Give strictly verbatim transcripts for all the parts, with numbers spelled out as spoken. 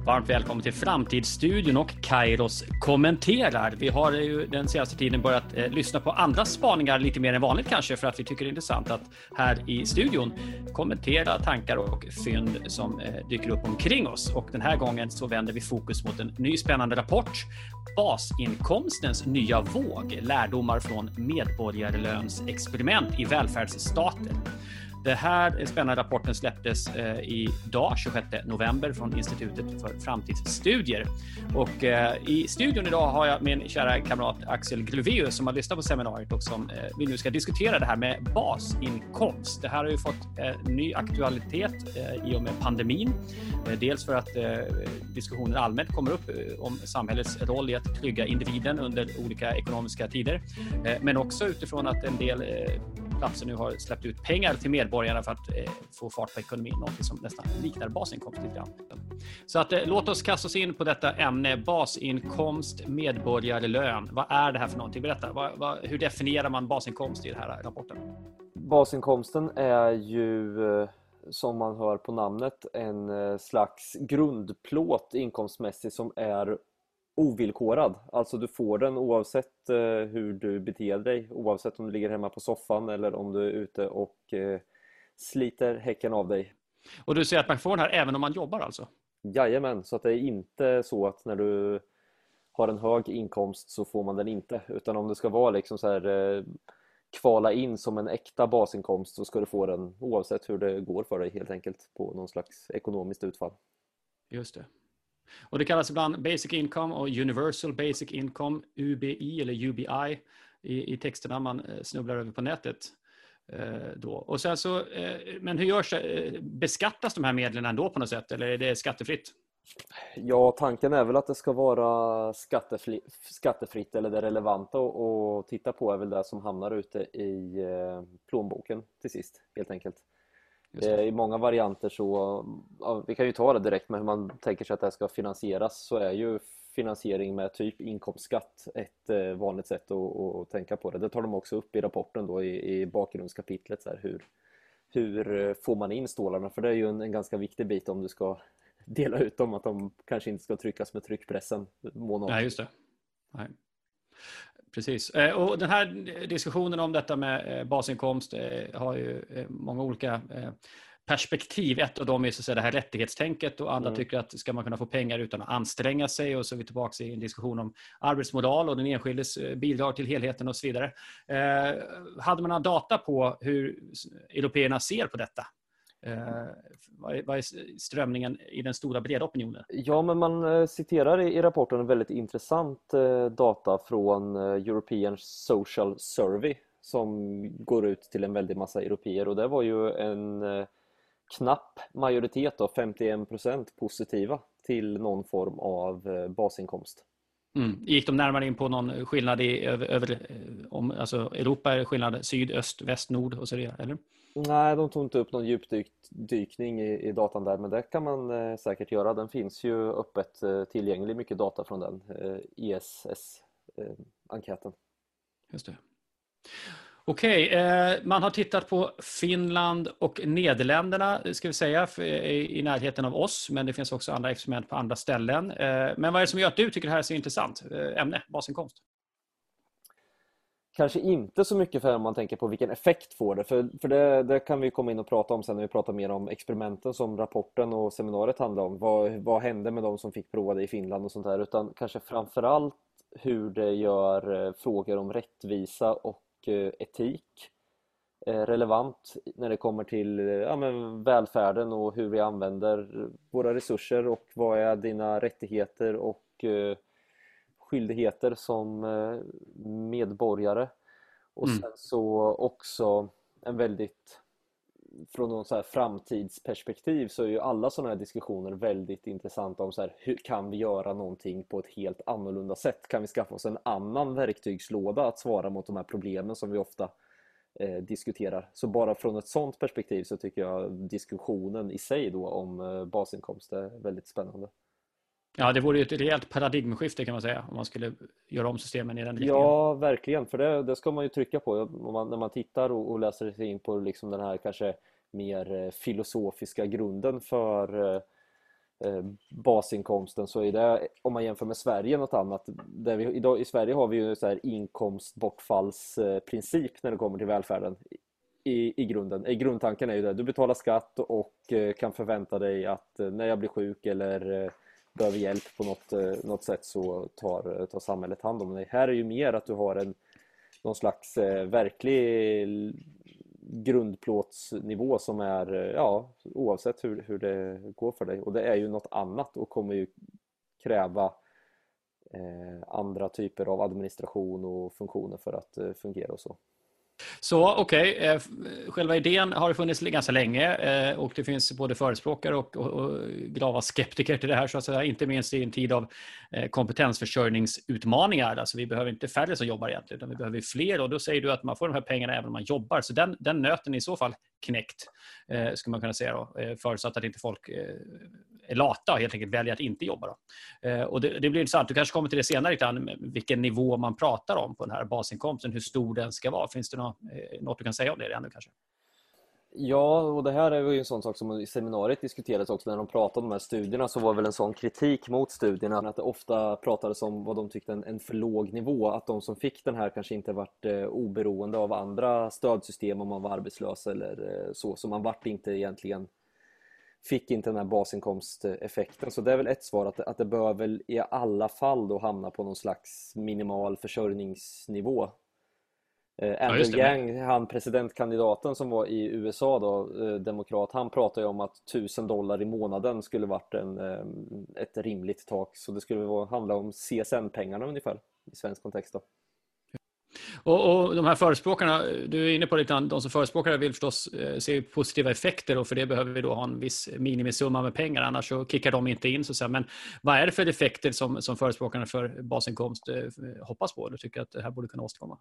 Varmt välkommen till Framtidsstudion och Kairos kommenterar. Vi har ju den senaste tiden börjat eh, lyssna på andra spaningar lite mer än vanligt kanske, för att vi tycker det är intressant att här i studion kommentera tankar och fynd som eh, dyker upp omkring oss. Och den här gången så vänder vi fokus mot en ny spännande rapport. Basinkomstens nya våg, lärdomar från medborgarlönsexperiment i välfärdsstater. Den här spännande rapporten släpptes eh, idag, tjugosjätte november, från Institutet för framtidsstudier. Och eh, i studion idag har jag min kära kamrat Axel Gluveus som har lyssnat på seminariet och som eh, vi nu ska diskutera det här med basinkomst. Det här har ju fått eh, ny aktualitet eh, i och med pandemin. Eh, dels för att eh, diskussioner allmänt kommer upp eh, om samhällets roll i att trygga individen under olika ekonomiska tider. Eh, men också utifrån att en del eh, platser nu har släppt ut pengar till medborgarna för att eh, få fart på ekonomin, något som nästan liknar basinkomst lite grann. Så att, eh, låt oss kasta oss in på detta ämne, basinkomst, medborgarlön. Vad är det här för någonting? Berätta, vad, vad, hur definierar man basinkomst i den här rapporten? Basinkomsten är ju, som man hör på namnet, en slags grundplåt inkomstmässigt som är ovillkorad. Alltså du får den oavsett eh, hur du beter dig, oavsett om du ligger hemma på soffan eller om du är ute och eh, sliter häcken av dig. Och du säger att man får den här även om man jobbar alltså? Jajamän, så att det är inte så att när du har en hög inkomst så får man den inte, utan om det ska vara liksom så här eh, kvala in som en äkta basinkomst så ska du få den oavsett hur det går för dig helt enkelt på någon slags ekonomiskt utfall. Just det. Och det kallas ibland Basic Income och Universal Basic Income, U B I eller U B I i, i texterna man snubblar över på nätet. Eh, då. Och sen så, eh, men hur görs det? Beskattas de här medlen ändå på något sätt eller är det skattefritt? Ja, tanken är väl att det ska vara skattefri, skattefritt eller det relevanta att titta på är väl det som hamnar ute i eh, plånboken till sist helt enkelt. I många varianter så, ja, vi kan ju ta det direkt med hur man tänker sig att det här ska finansieras, så är ju finansiering med typ inkomstskatt ett eh, vanligt sätt att, att tänka på det. Det tar de också upp i rapporten då i, i bakgrundskapitlet, så här, hur, hur får man in stålarna, för det är ju en, en ganska viktig bit om du ska dela ut dem, att de kanske inte ska tryckas med tryckpressen. Nej, just det. Nej. Precis. Och den här diskussionen om detta med basinkomst har ju många olika perspektiv. Ett av dem är så att säga det här rättighetstänket och andra mm. tycker att ska man kunna få pengar utan att anstränga sig, och så är vi tillbaka i en diskussion om arbetsmoral och den enskildes bidrag till helheten och så vidare. Eh, hade man några data på hur européerna ser på detta? Eh, vad, är, vad är strömningen i den stora breda opinionen? Ja, men man citerar i, i rapporten en väldigt intressant eh, data från eh, European Social Survey som går ut till en väldig massa europeer, och det var ju en eh, knapp majoritet av femtioen procent positiva till någon form av eh, basinkomst. Mm. Gick de närmare in på någon skillnad i över, över om alltså Europa, är skillnad syd, öst, väst, nord och så vidare, eller? Nej, de tog inte upp någon djupdykning i, i datan där, men det kan man eh, säkert göra. Den finns ju öppet eh, tillgänglig, mycket data från den eh, I S S-enkäten. Eh, Just det. Okej, eh, man har tittat på Finland och Nederländerna, ska vi säga, för, i, i närheten av oss, men det finns också andra experiment på andra ställen. Eh, men vad är det som gör att du tycker det här är så intressant eh, ämne, basinkomst? Kanske inte så mycket för om man tänker på vilken effekt får det. För, för det, det kan vi komma in och prata om sen när vi pratar mer om experimenten som rapporten och seminariet handlar om. Vad, vad hände med de som fick prova det i Finland och sånt där. Utan kanske framförallt hur det gör eh, frågor om rättvisa och eh, etik eh, relevant när det kommer till eh, ja, men välfärden och hur vi använder våra resurser och vad är dina rättigheter och eh, skyldigheter som medborgare. Och sen mm. så också en väldigt, från någon så här framtidsperspektiv så är ju alla sådana här diskussioner väldigt intressanta om så här, hur kan vi göra någonting på ett helt annorlunda sätt? Kan vi skaffa oss en annan verktygslåda att svara mot de här problemen som vi ofta eh, diskuterar? Så bara från ett sådant perspektiv så tycker jag diskussionen i sig då om eh, basinkomst är väldigt spännande. Ja, det vore ju ett rejält paradigmskifte kan man säga om man skulle göra om systemen i den riktningen. Ja, verkligen. För det, det ska man ju trycka på om man, när man tittar och, och läser sig in på liksom den här kanske mer filosofiska grunden för eh, basinkomsten, så är det, om man jämför med Sverige, något annat. Där vi, idag, i Sverige har vi ju så här inkomstbortfallsprincip när det kommer till välfärden. I, i grunden. I grundtanken är ju det. Du betalar skatt och eh, kan förvänta dig att eh, när jag blir sjuk eller eh, behöver hjälp på något, eh, något sätt, så tar, tar samhället hand om det. Här är ju mer att du har en någon slags eh, verklig grundplåtsnivå som är, eh, ja, oavsett hur, hur det går för dig. Och det är ju något annat och kommer ju kräva eh, andra typer av administration och funktioner för att eh, fungera och så. Så okej, okay. Själva idén har funnits ganska länge och det finns både förespråkare och, och, och grava skeptiker till det här, så att säga, inte minst i en tid av kompetensförsörjningsutmaningar. Alltså vi behöver inte färre som jobbar egentligen, utan vi behöver fler, och då säger du att man får de här pengarna även om man jobbar. Så den, den nöten är i så fall knäckt, eh, skulle man kunna säga då, eh, förutsatt att inte folk eh, är lata och helt enkelt väljer att inte jobba då. Eh, och det, det blir intressant, du kanske kommer till det senare lite, vilken nivå man pratar om på den här basinkomsten, hur stor den ska vara. Finns det något, eh, något du kan säga om det redan nu kanske? Ja, och det här är ju en sån sak som i seminariet diskuterades också när de pratade om de här studierna, så var väl en sån kritik mot studierna att det ofta pratades om vad de tyckte en, en för låg nivå, att de som fick den här kanske inte varit eh, oberoende av andra stödsystem om man var arbetslös eller eh, så, så man vart inte egentligen, fick inte den här basinkomsteffekten. Så det är väl ett svar, att, att det bör väl i alla fall då hamna på någon slags minimal försörjningsnivå. Andrew ja, Yang, han presidentkandidaten som var i U S A då, demokrat, han pratade ju om att tusen dollar i månaden skulle varit en, ett rimligt tak. Så det skulle vara, handla om C S N-pengarna ungefär i svensk kontext då. Och, och de här förespråkarna, du är inne på lite, de som förespråkare vill förstås eh, se positiva effekter, och för det behöver vi då ha en viss minimisumma med pengar, annars så kickar de inte in så att säga. Men vad är det för effekter som, som förespråkarna för basinkomst eh, hoppas på? Du tycker att det här borde kunna åstadkomma?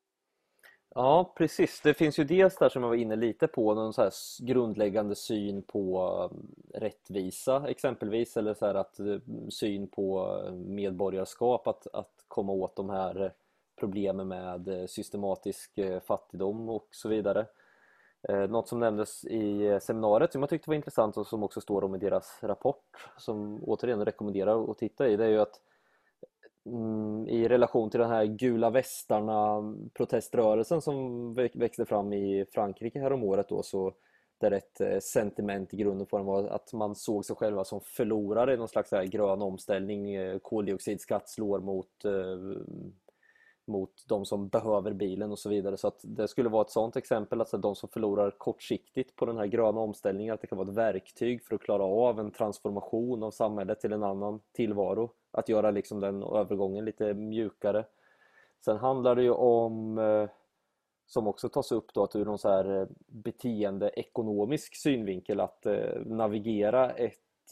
Ja, precis. Det finns ju dels där som jag var inne lite på, någon så här grundläggande syn på rättvisa exempelvis, eller så här att syn på medborgarskap, att, att komma åt de här problemen med systematisk fattigdom och så vidare. Något som nämndes i seminariet som jag tyckte var intressant och som också står om i deras rapport, som återigen rekommenderar att titta i, det är ju att i relation till den här gula västarna proteströrelsen som växte fram i Frankrike här om året då, så där ett sentiment i grunden på den var att man såg sig själva som förlorare i någon slags här grön omställning. Koldioxidskatt slår mot, mot de som behöver bilen och så vidare. Så att det skulle vara ett sådant exempel, alltså de som förlorar kortsiktigt på den här gröna omställningen, att det kan vara ett verktyg för att klara av en transformation av samhället till en annan tillvaro. Att göra liksom den övergången lite mjukare. Sen handlar det ju om, som också tas upp då, att ur någon så här beteendeekonomisk synvinkel, att navigera ett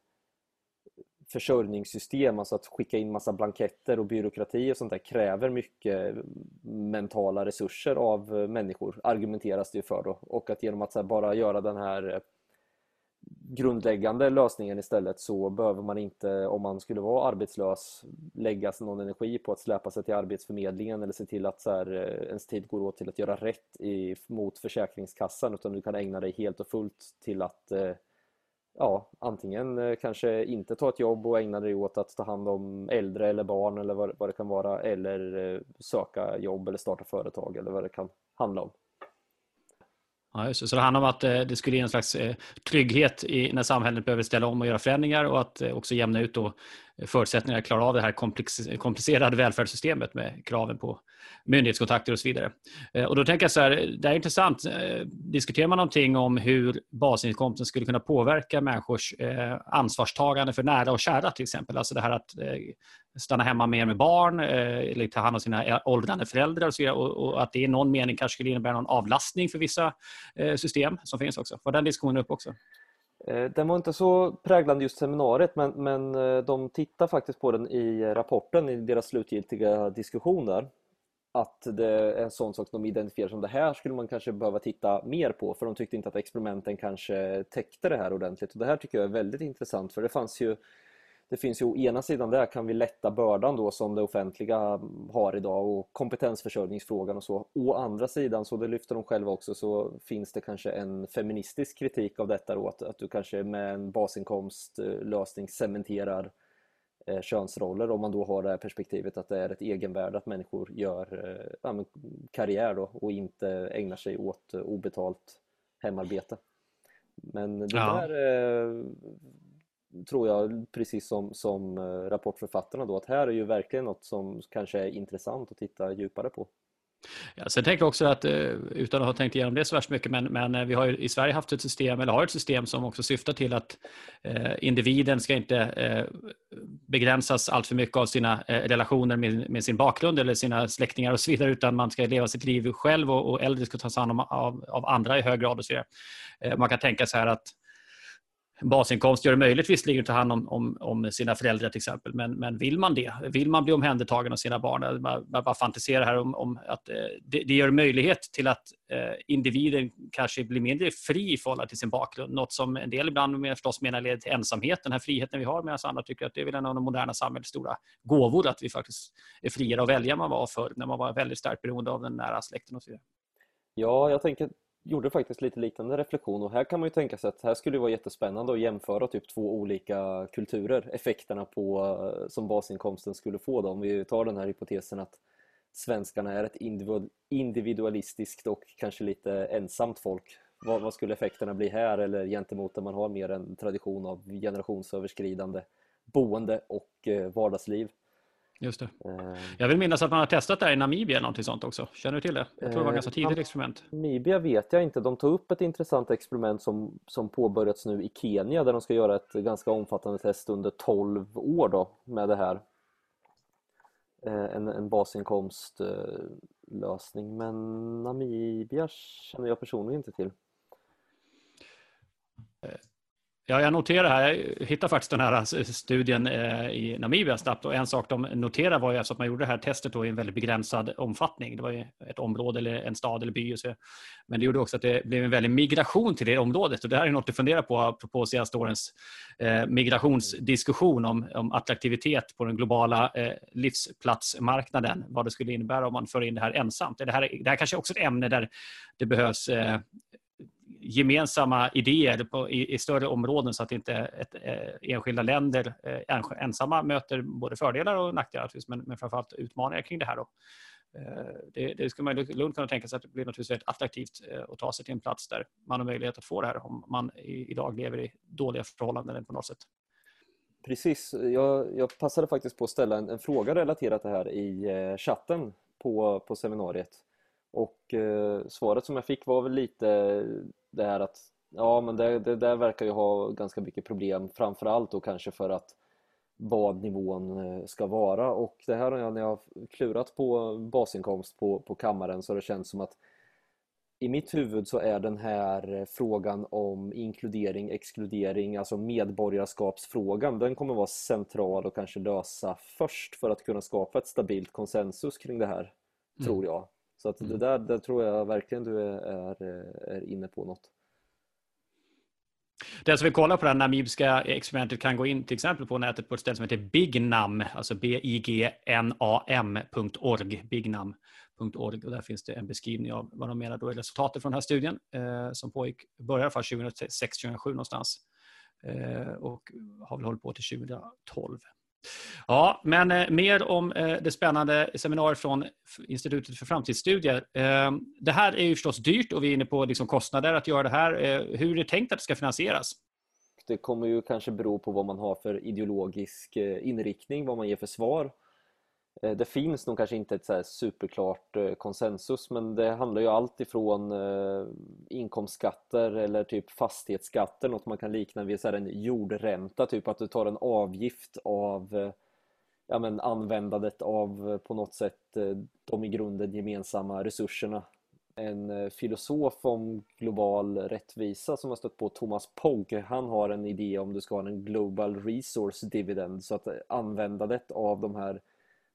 försörjningssystem, alltså att skicka in massa blanketter och byråkrati och sånt där, kräver mycket mentala resurser av människor, argumenteras det ju för då. Och att genom att så här bara göra den här grundläggande lösningen istället, så behöver man inte, om man skulle vara arbetslös, lägga sig någon energi på att släpa sig till Arbetsförmedlingen eller se till att så här, ens tid går åt till att göra rätt i, mot Försäkringskassan, utan du kan ägna dig helt och fullt till att ja, antingen kanske inte ta ett jobb och ägna dig åt att ta hand om äldre eller barn eller vad, vad det kan vara, eller söka jobb eller starta företag eller vad det kan handla om. Ja, just det. Så det handlar om att eh, det skulle ge en slags eh, trygghet i, när samhället behöver ställa om och göra förändringar, och att eh, också jämna ut då, eh, förutsättningar att klara av det här komplex, komplicerade välfärdssystemet med kraven på myndighetskontakter och så vidare. Eh, och då tänker jag så här, det är intressant. Eh, diskuterar man någonting om hur basinkomsten skulle kunna påverka människors eh, ansvarstagande för nära och kära till exempel? Alltså det här att eh, stanna hemma mer med barn, eh, eller ta hand om sina åldrande föräldrar och så vidare, och, och att det i någon mening kanske skulle innebära någon avlastning för vissa eh, system som finns också. Var den diskussionen upp också? Den var inte så präglande just seminariet, men, men de tittar faktiskt på den i rapporten, i deras slutgiltiga diskussioner. Att det är en sån sak de identifierar som det här skulle man kanske behöva titta mer på, för de tyckte inte att experimenten kanske täckte det här ordentligt. Och det här tycker jag är väldigt intressant, för det fanns ju det finns ju å ena sidan där kan vi lätta bördan då som det offentliga har idag och kompetensförsörjningsfrågan och så. Å andra sidan, så det lyfter de själva också, så finns det kanske en feministisk kritik av detta då, att, att du kanske med en basinkomstlösning cementerar eh, könsroller, om man då har det här perspektivet att det är ett egenvärde att människor gör eh, ja, men, karriär då och inte ägnar sig åt eh, obetalt hemarbete. Men det Ja. där eh, tror jag, precis som, som rapportförfattarna då, att här är ju verkligen något som kanske är intressant att titta djupare på. Ja, sen tänker jag också att, utan att ha tänkt igenom det så värst mycket, men, men vi har ju i Sverige haft ett system, eller har ett system som också syftar till att eh, individen ska inte eh, begränsas allt för mycket av sina eh, relationer med, med sin bakgrund eller sina släktingar och så vidare, utan man ska leva sitt liv själv och, och äldre ska tas hand om av, av andra i hög grad och så vidare. Eh, man kan tänka så här att basinkomst gör det möjligt visserligen att ta hand om, om, om sina föräldrar till exempel, men, men vill man det? Vill man bli omhändertagen av sina barn? Man, man bara fantiserar här om, om att eh, det, det gör möjlighet till att eh, individen kanske blir mindre fri i förhållande till sin bakgrund. Något som en del ibland med, förstås menar leder till ensamhet, den här friheten vi har, medan andra tycker att det är väl en av de moderna samhällets stora gåvor, att vi faktiskt är friare att välja än man var förr, när man var väldigt starkt beroende av den nära släkten och så vidare. Ja, jag tänker gjorde faktiskt lite liknande reflektion, och här kan man ju tänka sig att här skulle det vara jättespännande att jämföra typ två olika kulturer, effekterna på som basinkomsten skulle få då, om vi tar den här hypotesen att svenskarna är ett individualistiskt och kanske lite ensamt folk. Vad, vad skulle effekterna bli här, eller gentemot där man har mer en tradition av generationsöverskridande boende och vardagsliv? Just det. Jag vill minnas att man har testat det här i Namibia eller någonting sånt också. Känner du till det? Jag tror det var ett ganska tidigt experiment. Namibia vet jag inte. De tog upp ett intressant experiment som, som påbörjats nu i Kenya, där de ska göra ett ganska omfattande test under tolv år då, med det här. En, en basinkomstlösning. Men Namibia känner jag personligen inte till. Ja, jag noterar här, jag hittade faktiskt den här studien eh, i Namibia snabbt, och en sak de noterade var ju alltså att man gjorde det här testet då i en väldigt begränsad omfattning. Det var ju ett område eller en stad eller by och så. Men det gjorde också att det blev en väldig migration till det området, och det här är något att fundera på apropå senaste årens eh, migrationsdiskussion om, om attraktivitet på den globala eh, livsplatsmarknaden, vad det skulle innebära om man för in det här ensamt. Det här, det här kanske också är ett ämne där det behövs eh, gemensamma idéer på, i, i större områden, så att inte ett, eh, enskilda länder eh, ensamma möter både fördelar och nackdelar, men, men framförallt utmaningar kring det här då. Eh, det, det skulle man lugnt kunna tänka sig att det blir naturligtvis väldigt attraktivt eh, att ta sig till en plats där man har möjlighet att få det här, om man i, idag lever i dåliga förhållanden på något sätt. Precis, jag, jag passade faktiskt på att ställa en, en fråga relaterat det här i eh, chatten på, på seminariet. Och eh, svaret som jag fick var väl lite det här att ja, men det, det där verkar ju ha ganska mycket problem, framförallt då kanske för att vad nivån eh, ska vara. Och det här har jag, när jag har klurat på basinkomst på, på kammaren, så har det känts som att i mitt huvud så är den här frågan om inkludering, exkludering, alltså medborgarskapsfrågan, den kommer vara central och kanske lösa först för att kunna skapa ett stabilt konsensus kring det här, mm. tror jag. Så att det där, där tror jag verkligen du är, är, är inne på något. Den som vill kolla på det här namibiska experimentet kan gå in till exempel på nätet på ett ställe som heter bignam, alltså b i g n a m punkt org, bignam punkt org, och där finns det en beskrivning av vad de menar då är resultatet från den här studien eh, som pågick, började från tjugohundrasex tjugohundrasju någonstans eh, och har väl hållit på till tjugotolv. Ja, men eh, mer om eh, det spännande seminariet från Institutet för framtidsstudier. Eh, det här är ju förstås dyrt, och vi är inne på liksom, kostnader att göra det här. Eh, hur är det tänkt att det ska finansieras? Det kommer ju kanske bero på vad man har för ideologisk eh, inriktning, vad man ger för svar. Eh, det finns nog kanske inte ett så här superklart eh, konsensus, men det handlar ju allt ifrån eh, inkomstskatter eller typ fastighetsskatter, något man kan likna vid så här en jordränta, typ att du tar en avgift av eh, ja, men användandet av eh, på något sätt eh, de i grunden gemensamma resurserna. En eh, filosof om global rättvisa som har stött på, Thomas Pogg, han har en idé om du ska ha en global resource dividend, så att användandet av de här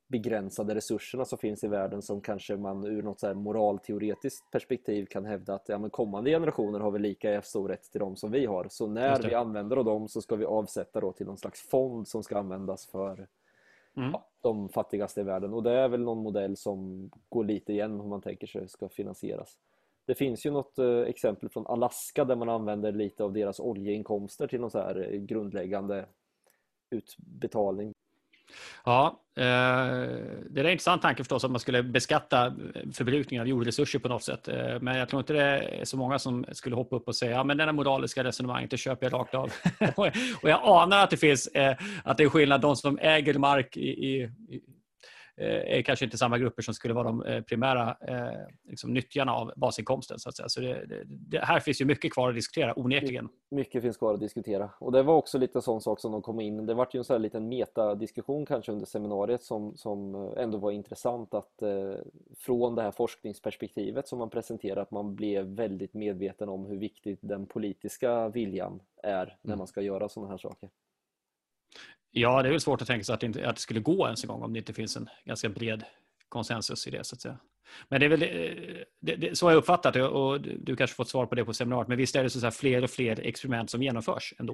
begränsade resurserna som finns i världen som kanske man ur något så här moralteoretiskt perspektiv kan hävda att ja, men kommande generationer har väl lika stor rätt till dem som vi har. Så när vi använder dem så ska vi avsätta då till någon slags fond som ska användas för mm. ja, de fattigaste i världen. Och det är väl någon modell som går lite igen om man tänker sig ska finansieras. Det finns ju något eh, exempel från Alaska där man använder lite av deras oljeinkomster till någon så här grundläggande utbetalning. Ja, eh, det är en intressant tanke förstås att man skulle beskatta förbrukningen av jordresurser på något sätt. Eh, men jag tror inte det är så många som skulle hoppa upp och säga ja, men den här moraliska resonemanget det köper jag rakt av. Och jag anar att det finns eh, att det är skillnad. De som äger mark i, i, i är kanske inte samma grupper som skulle vara de primära eh, liksom, nyttjarna av basinkomsten. Så, att säga. Så det, det, det här finns ju mycket kvar att diskutera, onekligen. My, mycket finns kvar att diskutera. Och det var också lite en sån sak som de kom in. Det var ju en sån här liten metadiskussion kanske under seminariet som, som ändå var intressant att eh, från det här forskningsperspektivet som man presenterar att man blev väldigt medveten om hur viktigt den politiska viljan är när man ska göra sådana här saker. Ja, det är väl svårt att tänka sig att det, inte, att det skulle gå ens en gång om det inte finns en ganska bred konsensus i det så att säga. Men det är väl det, det, så har jag uppfattat det och du, du kanske fått svar på det på seminariet. Men visst är det så här fler och fler experiment som genomförs ändå?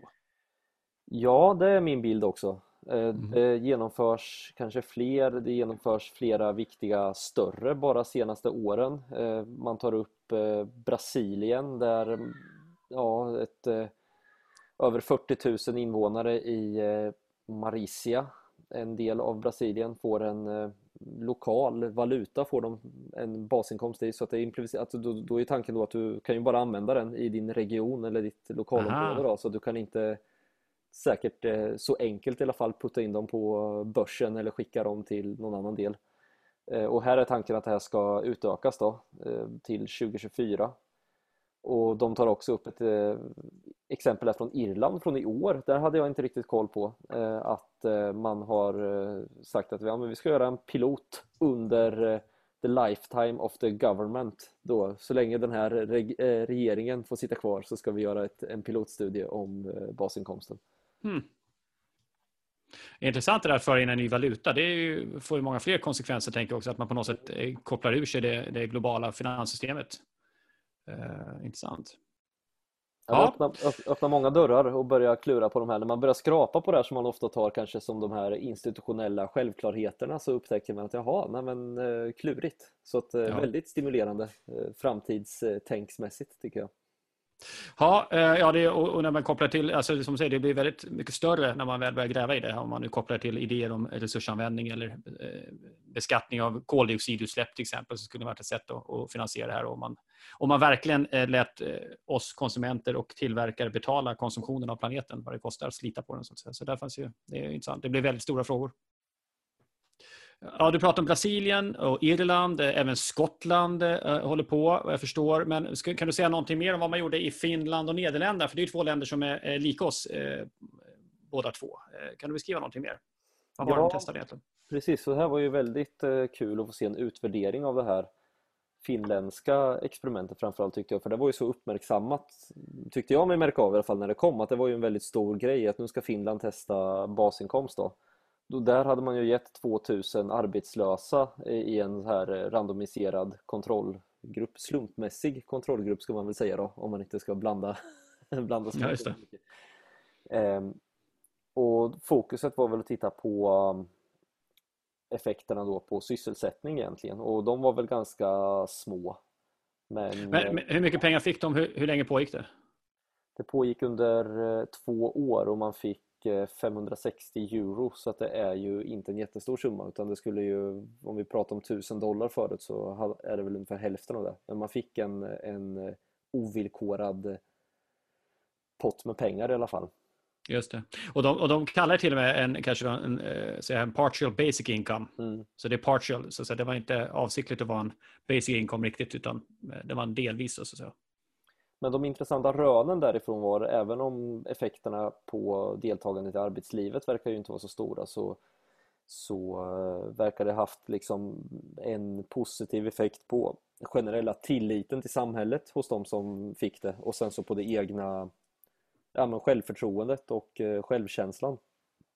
Ja, det är min bild också. Mm. Det genomförs kanske fler, det genomförs flera viktiga större bara senaste åren. Man tar upp Brasilien där ja, ett, över fyrtio tusen invånare i Mauricia, en del av Brasilien, får en eh, lokal valuta, får de en basinkomst i, så att det är alltså, då, då är tanken då att du kan ju bara använda den i din region eller ditt lokalområde då, så du kan inte säkert eh, så enkelt i alla fall putta in dem på börsen eller skicka dem till någon annan del. Eh, och här är tanken att det här ska utökas då eh, till tjugo tjugofyra. Och de tar också upp ett eh, exempel här från Irland från i år. Där hade jag inte riktigt koll på eh, att eh, man har eh, sagt att ja, men vi ska göra en pilot under eh, the lifetime of the government. Då. Så länge den här reg- eh, regeringen får sitta kvar så ska vi göra ett, en pilotstudie om eh, basinkomsten. Hmm. Intressant det där att föra in en ny valuta. Det är ju, får ju många fler konsekvenser, tänker jag också. Att man på något sätt eh, kopplar ur sig det, det globala finanssystemet. Uh, intressant. Ja. Öppna, öppna många dörrar och börja klura på de här. När man börjar skrapa på det här som man ofta tar kanske som de här institutionella självklarheterna, så upptäcker man att jaha, nej men uh, klurigt. Så att, uh, ja. Väldigt stimulerande uh, framtidstänksmässigt tycker jag. Ja, ja det, och, och när man kopplar till, alltså som säger, det blir väldigt mycket större när man väl börjar gräva i det. Om man nu kopplar till idéer om resursanvändning eller eh, beskattning av koldioxidutsläpp till exempel, så skulle det vara ett sätt att, att finansiera det här. Om man, om man verkligen eh, lät eh, oss konsumenter och tillverkare betala konsumtionen av planeten, vad det kostar att slita på den. Så, att säga. Så där fanns ju, det är intressant. Det blir väldigt stora frågor. Ja, du pratar om Brasilien och Irland, även Skottland eh, håller på, vad jag förstår. Men ska, kan du säga någonting mer om vad man gjorde i Finland och Nederländerna? För det är ju två länder som är, är lika oss, eh, båda två. Eh, kan du beskriva någonting mer? Vad var ja, de testade egentligen? Precis, så det här var ju väldigt eh, kul att få se en utvärdering av det här finländska experimentet framförallt tyckte jag. För det var ju så uppmärksammat, tyckte jag mig märka av i alla fall när det kom, att det var ju en väldigt stor grej att nu ska Finland testa basinkomst då. Då där hade man ju gett tvåtusen arbetslösa i en så här randomiserad kontrollgrupp, slumpmässig kontrollgrupp ska man väl säga då, om man inte ska blanda blanda ja, just det. Ehm, och fokuset var väl att titta på um, effekterna då på sysselsättning egentligen, och de var väl ganska små. Men, men, men hur mycket pengar fick de? Hur, hur länge pågick det? Det pågick under uh, två år och man fick femhundrasextio euro, så att det är ju inte en jättestor summa, utan det skulle ju, om vi pratar om tusen dollar förut, så är det väl ungefär hälften av det. Men man fick en, en ovillkorad pott med pengar i alla fall. Just det. Och de, och de kallar det till och med en, kanske en, en, en partial basic income. Mm. Så det är partial, så det var inte avsiktligt att vara en basic income riktigt, utan det var en delvis så att säga. Men de intressanta rönen därifrån var, även om effekterna på deltagandet i arbetslivet verkar ju inte vara så stora, så, så uh, verkar det haft liksom en positiv effekt på generella tilliten till samhället hos de som fick det, och sen så på det egna ja, men självförtroendet och uh, självkänslan.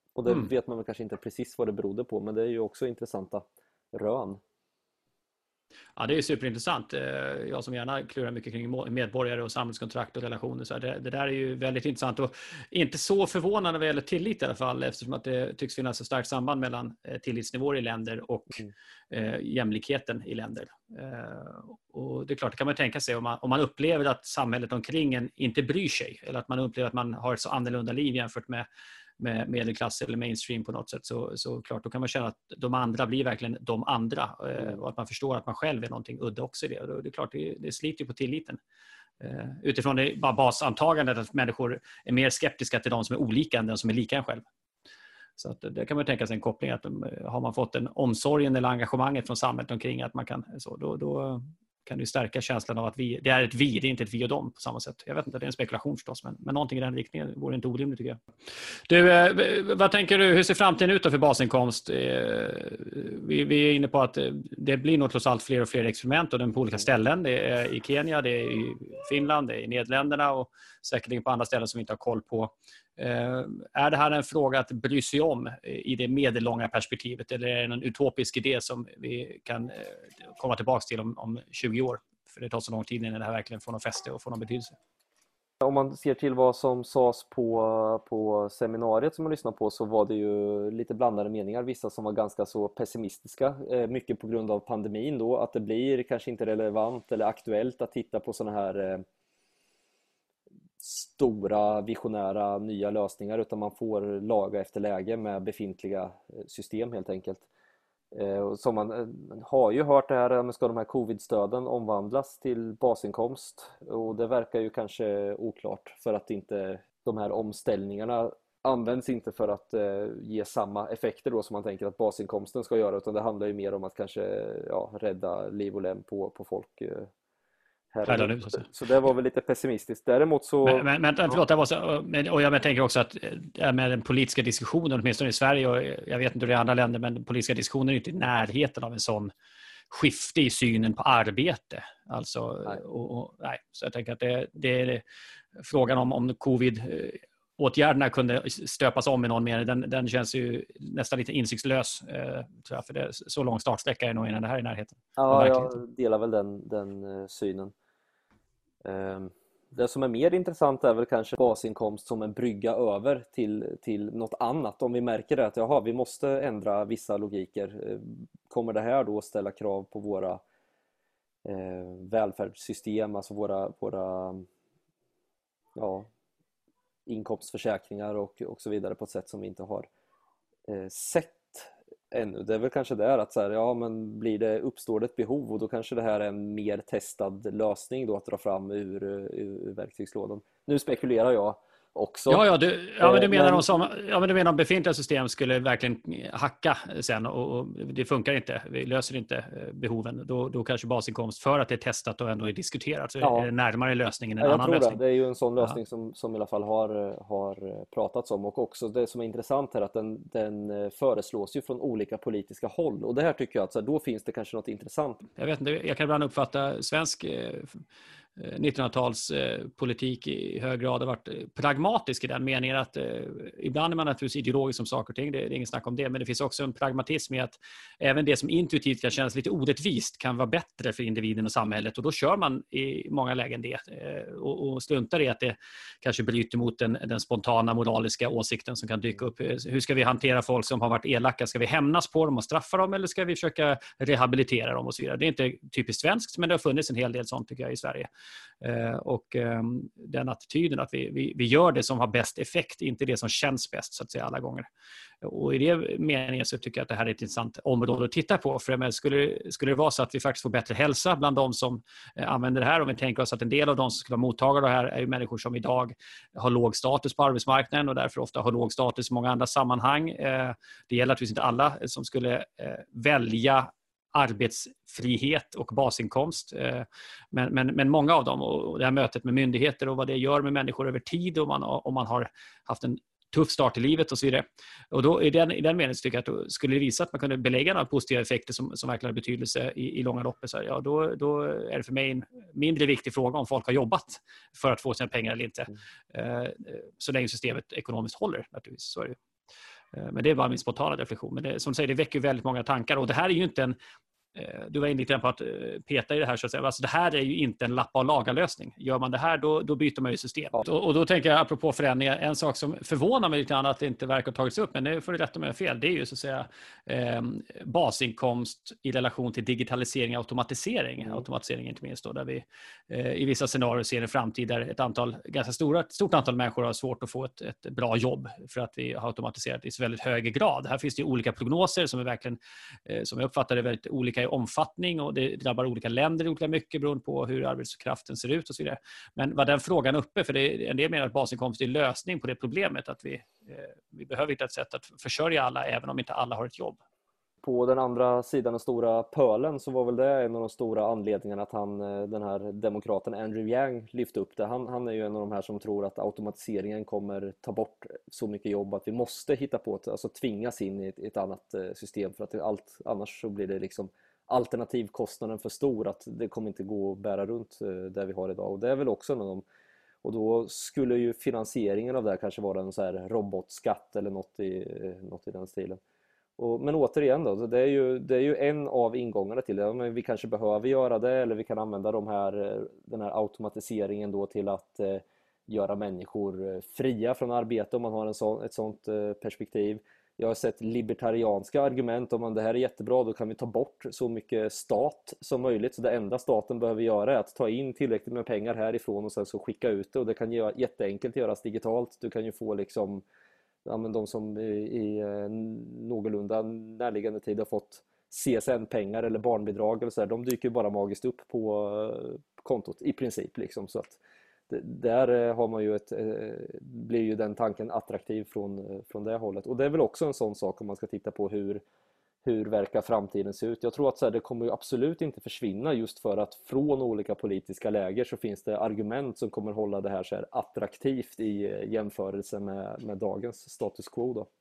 Och det Mm. vet man väl kanske inte precis vad det berodde på, men det är ju också intressanta rön. Ja, det är superintressant. Eh, Jag som gärna klurar mycket kring må- medborgare och samhällskontrakt och relationer. Så här, det, det där är ju väldigt intressant och inte så förvånande vad gäller tillit i alla fall, eftersom att det tycks finnas ett starkt samband mellan eh, tillitsnivåer i länder och Mm. eh, jämlikheten i länder. Eh, och det är klart, det kan man tänka sig om man, om man upplever att samhället omkring en inte bryr sig, eller att man upplever att man har ett så annorlunda liv jämfört med med medelklass eller mainstream på något sätt, så, så klart då kan man känna att de andra blir verkligen de andra eh, Mm. och att man förstår att man själv är någonting udda också i det. Och då, det är klart, det, det sliter på tilliten. Eh, utifrån det bara basantagandet att människor är mer skeptiska till de som är olika än de som är lika en själv. Så att det kan man tänka sig en koppling att de, har man fått en omsorgen eller engagemanget från samhället omkring att man kan så, då, då kan det stärka känslan av att vi, det är ett vi, det är inte ett vi och dem på samma sätt. Jag vet inte, det är en spekulation förstås, men, men någonting i den riktningen vore inte orimligt tycker jag. Du, eh, vad tänker du, hur ser framtiden ut då för basinkomst? Eh, vi, vi är inne på att det blir nog trots allt fler och fler experiment och den på olika ställen. Det är i Kenya, det är i Finland, det är i Nederländerna och säkerligen på andra ställen som vi inte har koll på. Eh, är det här en fråga att bry sig om i det medellånga perspektivet, eller är det en utopisk idé som vi kan eh, komma tillbaka till om, om tjugo år? För det tar så lång tid innan det här verkligen får någon fäste och får någon betydelse. Om man ser till vad som sades på, på seminariet som man lyssnade på, så var det ju lite blandade meningar. Vissa som var ganska så pessimistiska, eh, mycket på grund av pandemin då, att det blir kanske inte relevant eller aktuellt att titta på sådana här eh, stora visionära nya lösningar, utan man får laga efter läge med befintliga system helt enkelt. Eh, som man eh, har ju hört det här, men ska de här covid-stöden omvandlas till basinkomst? Och det verkar ju kanske oklart, för att inte de här omställningarna används inte för att eh, ge samma effekter då som man tänker att basinkomsten ska göra, utan det handlar ju mer om att kanske ja, rädda liv och lem på, på folk eh, här nu. Så, så det var väl lite pessimistiskt. Däremot så... Men, men, men förlåt, det var så, men, och jag tänker också att med den politiska diskussionen, åtminstone i Sverige, och jag vet inte hur det är i andra länder, men den politiska diskussionen är inte i närheten av en sån skifte i synen på arbete. Alltså, nej. Och, och, nej. Så jag tänker att det, det är frågan om, om covid åtgärderna kunde stöpas om i någon mening, den, den känns ju nästan lite insiktslös, eh, tror jag, för det, så lång startsträcka är nog innan det här i närheten. Ja, jag delar väl den, den uh, synen. Um, det som är mer intressant är väl kanske basinkomst som en brygga över till, till något annat. Om vi märker det att jaha, vi måste ändra vissa logiker, kommer det här då ställa krav på våra eh, välfärdssystem, alltså våra, våra ja, inkomstförsäkringar och, och så vidare på ett sätt som vi inte har eh, sett ännu. Det är väl kanske där att så här, ja, men blir det, uppstår det ett behov, och då kanske det här är en mer testad lösning då att dra fram ur, ur, ur verktygslådan. Nu spekulerar jag också. Ja, ja, du, ja, men du menar men... om som, ja, men du menar om befintliga system skulle verkligen hacka sen och, och det funkar inte, vi löser inte behoven, då, då kanske basinkomst, för att det är testat och ändå är diskuterat, så ja. är det närmare lösningen än en ja, annan annan lösning. Det. det är ju en sån lösning ja. som, som i alla fall har, har pratats om, och också det som är intressant här att den, den föreslås ju från olika politiska håll, och det här tycker jag att så här, då finns det kanske något intressant. Jag vet inte, jag kan ibland uppfatta svensk eh, nittonhundratalspolitik eh, i hög grad har varit pragmatisk i den meningen att eh, ibland är man naturligtvis ideologisk om saker och ting, det, det är ingen snack om det, men det finns också en pragmatism i att även det som intuitivt kan kännas lite orättvist kan vara bättre för individen och samhället, och då kör man i många lägen det eh, och, och struntar i att det kanske bryter mot den, den spontana moraliska åsikten som kan dyka upp. Hur ska vi hantera folk som har varit elaka? Ska vi hämnas på dem och straffa dem, eller ska vi försöka rehabilitera dem och så vidare? Det är inte typiskt svenskt, men det har funnits en hel del sånt tycker jag i Sverige. Eh, och eh, den attityden att vi, vi, vi gör det som har bäst effekt, inte det som känns bäst så att säga alla gånger. Och i det meningen så tycker jag att det här är ett intressant område att titta på. För men skulle, skulle det vara så att vi faktiskt får bättre hälsa bland de som eh, använder det här, om vi tänker oss att en del av de som skulle vara mottagare av det här är ju människor som idag har låg status på arbetsmarknaden och därför ofta har låg status i många andra sammanhang. Eh, det gäller naturligtvis inte alla som skulle eh, välja arbetsfrihet och basinkomst. Men, men, men många av dem, och det här mötet med myndigheter och vad det gör med människor över tid, om man, om man har haft en tuff start i livet och så vidare. Och då, i, den, i den meningen tycker jag att då skulle det visa att man kunde belägga några positiva effekter som, som verkligen har betydelse i, i långa loppet. Så här, ja, då, då är det för mig en mindre viktig fråga om folk har jobbat för att få sina pengar eller inte. Mm. Så länge systemet ekonomiskt håller, naturligtvis. Så är det. Men det är bara min spontana reflektion. Men det, som du säger, det väcker väldigt många tankar. Och det här är ju inte en... Du var inne lite på att peta i det här, så att säga. Alltså, det här är ju inte en lappa och laga lösning. Gör man det här, då, då byter man ju system. Ja. Och, och då tänker jag, apropå förändringar, en sak som förvånar mig lite grann att det inte verkar ha tagits upp, men det får du rätta mig fel, det är ju så att säga eh, basinkomst i relation till digitalisering och automatisering. Mm. Automatisering inte minst då, där vi eh, i vissa scenarier ser en framtid där ett antal, ganska stora, ett stort antal människor har svårt att få ett, ett bra jobb för att vi har automatiserat i så väldigt hög grad. Här finns det ju olika prognoser som är verkligen, eh, som jag uppfattar det, väldigt olika i omfattning, och det drabbar olika länder olika mycket beroende på hur arbetskraften ser ut och så vidare. Men var den frågan uppe? För det är en del menar att basinkomst är lösning på det problemet, att vi, eh, vi behöver hitta ett sätt att försörja alla även om inte alla har ett jobb. På den andra sidan, den stora pölen, så var väl det en av de stora anledningarna att han, den här demokraten Andrew Yang lyfte upp det. Han, han är ju en av de här som tror att automatiseringen kommer ta bort så mycket jobb att vi måste hitta på ett, alltså tvingas in i ett, ett annat system, för att allt, annars så blir det liksom alternativkostnaden för stor, att det kommer inte gå att bära runt där vi har idag. Och det är väl också en av dem. Och då skulle ju finansieringen av det här kanske vara en så här robotskatt eller något i, något i den stilen. Och, men återigen då, det är, ju, det är ju en av ingångarna till det. Men vi kanske behöver göra det, eller vi kan använda de här, den här automatiseringen då till att eh, göra människor fria från arbete, om man har en sån, ett sånt eh, perspektiv. Jag har sett libertarianska argument om att det här är jättebra, då kan vi ta bort så mycket stat som möjligt. Så det enda staten behöver göra är att ta in tillräckligt med pengar härifrån och sen så skicka ut det. Och det kan göra, jätteenkelt göras digitalt. Du kan ju få liksom, ja, men de som i, i någorlunda närliggande tid har fått C S N-pengar eller barnbidrag eller så här, de dyker ju bara magiskt upp på kontot i princip liksom. Så att där har man ju ett, blir ju den tanken attraktiv från, från det hållet. Och det är väl också en sån sak om man ska titta på hur, hur verkar framtiden se ut. Jag tror att så här, det kommer ju absolut inte försvinna, just för att från olika politiska läger så finns det argument som kommer hålla det här så här attraktivt i jämförelse med, med dagens status quo då.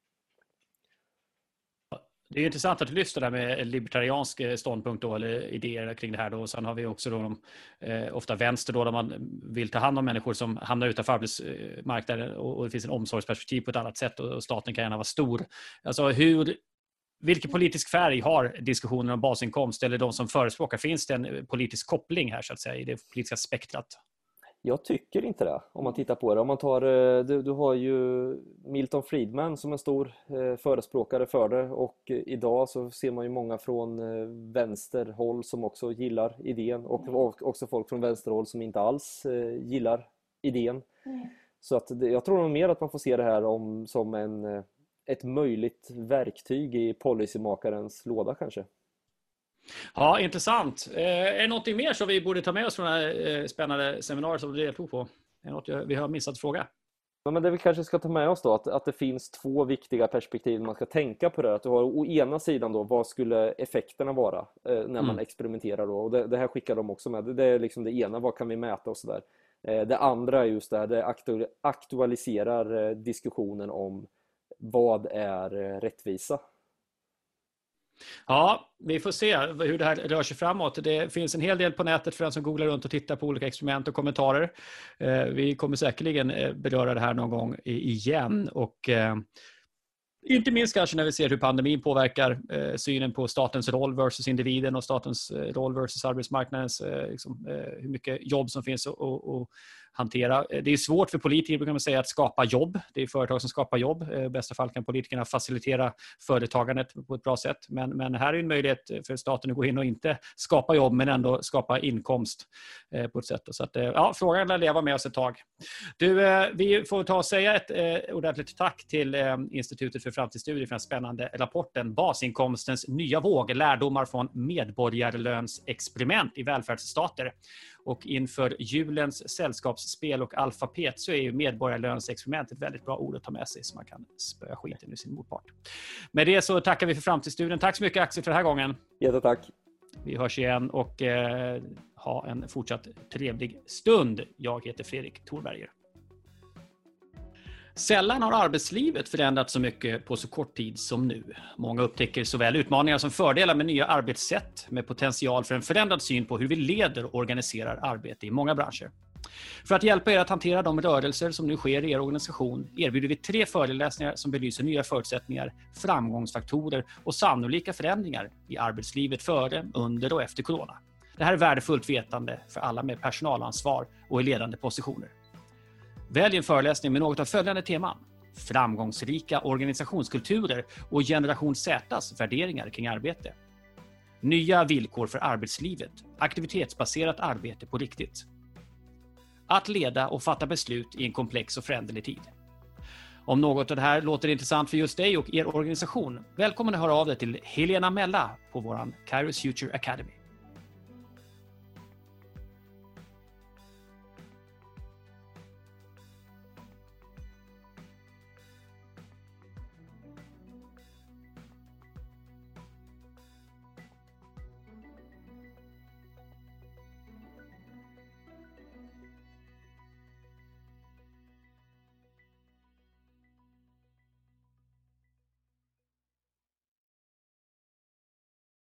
Det är intressant att du lyfter där med libertariansk ståndpunkt då, eller idéer kring det här då. Och sen har vi också då de, eh, ofta vänster då, där man vill ta hand om människor som hamnar utanför arbetsmarknaden, och, och det finns en omsorgsperspektiv på ett annat sätt, och staten kan gärna vara stor. Alltså hur, vilken politisk färg har diskussionen om basinkomst, eller de som förespråkar, finns det en politisk koppling här så att säga i det politiska spektrat? Jag tycker inte det, om man tittar på det. Om man tar, du, du har ju Milton Friedman som en stor eh, förespråkare för det, och eh, idag så ser man ju många från eh, vänsterhåll som också gillar idén, och, och också folk från vänsterhåll som inte alls eh, gillar idén. Mm. Så att det, jag tror nog mer att man får se det här om, som en, eh, ett möjligt verktyg i policymakarens låda kanske. Ja, intressant. Eh, är det något mer som vi borde ta med oss från det här eh, spännande seminariet som du deltog på? Är det något vi har missat fråga? Ja, men det vi kanske ska ta med oss då, att, att det finns två viktiga perspektiv man ska tänka på det. Att du har å ena sidan då, vad skulle effekterna vara eh, när man mm. experimenterar då? Och det, det här skickar de också med. Det, det är liksom det ena, vad kan vi mäta och sådär. Eh, det andra är just det här, det aktu aktualiserar eh, diskussionen om vad är eh, rättvisa. Ja, vi får se hur det här rör sig framåt. Det finns en hel del på nätet för den som googlar runt och tittar på olika experiment och kommentarer. Vi kommer säkerligen beröra det här någon gång igen, och inte minst kanske när vi ser hur pandemin påverkar eh, synen på statens roll versus individen, och statens eh, roll versus arbetsmarknadens, eh, liksom, eh, hur mycket jobb som finns att hantera. Det är svårt för politiker, kan man säga, att skapa jobb. Det är företag som skapar jobb. Eh, I bästa fall kan politikerna facilitera företagandet på ett bra sätt. Men, men här är en möjlighet för staten att gå in och inte skapa jobb, men ändå skapa inkomst eh, på ett sätt. Så att, eh, ja, frågan lär leva med oss ett tag. Du, eh, vi får ta och säga ett eh, ordentligt tack till eh, Institutet för framtidsstudier för den spännande rapporten Basinkomstens nya våg, lärdomar från medborgarlönsexperiment i välfärdsstater. Och inför julens sällskapsspel och alfabet så är ju medborgarlönsexperiment ett väldigt bra ord att ta med sig, så man kan spöa skiten ur sin motpart. Med det så tackar vi för framtidsstudien. Tack så mycket, Axel, för den här gången. Jättetack. Vi hörs igen, och eh, ha en fortsatt trevlig stund. Jag heter Fredrik Thorberger. Sällan har arbetslivet förändrats så mycket på så kort tid som nu. Många upptäcker såväl utmaningar som fördelar med nya arbetssätt, med potential för en förändrad syn på hur vi leder och organiserar arbete i många branscher. För att hjälpa er att hantera de rörelser som nu sker i er organisation erbjuder vi tre föreläsningar som belyser nya förutsättningar, framgångsfaktorer och sannolika förändringar i arbetslivet före, under och efter corona. Det här är värdefullt vetande för alla med personalansvar och i ledande positioner. Välj en föreläsning med något av följande teman: framgångsrika organisationskulturer och generation Z:s värderingar kring arbete. Nya villkor för arbetslivet, aktivitetsbaserat arbete på riktigt. Att leda och fatta beslut i en komplex och föränderlig tid. Om något av det här låter intressant för just dig och er organisation, välkommen att höra av dig till Helena Mella på vår Kairos Future Academy.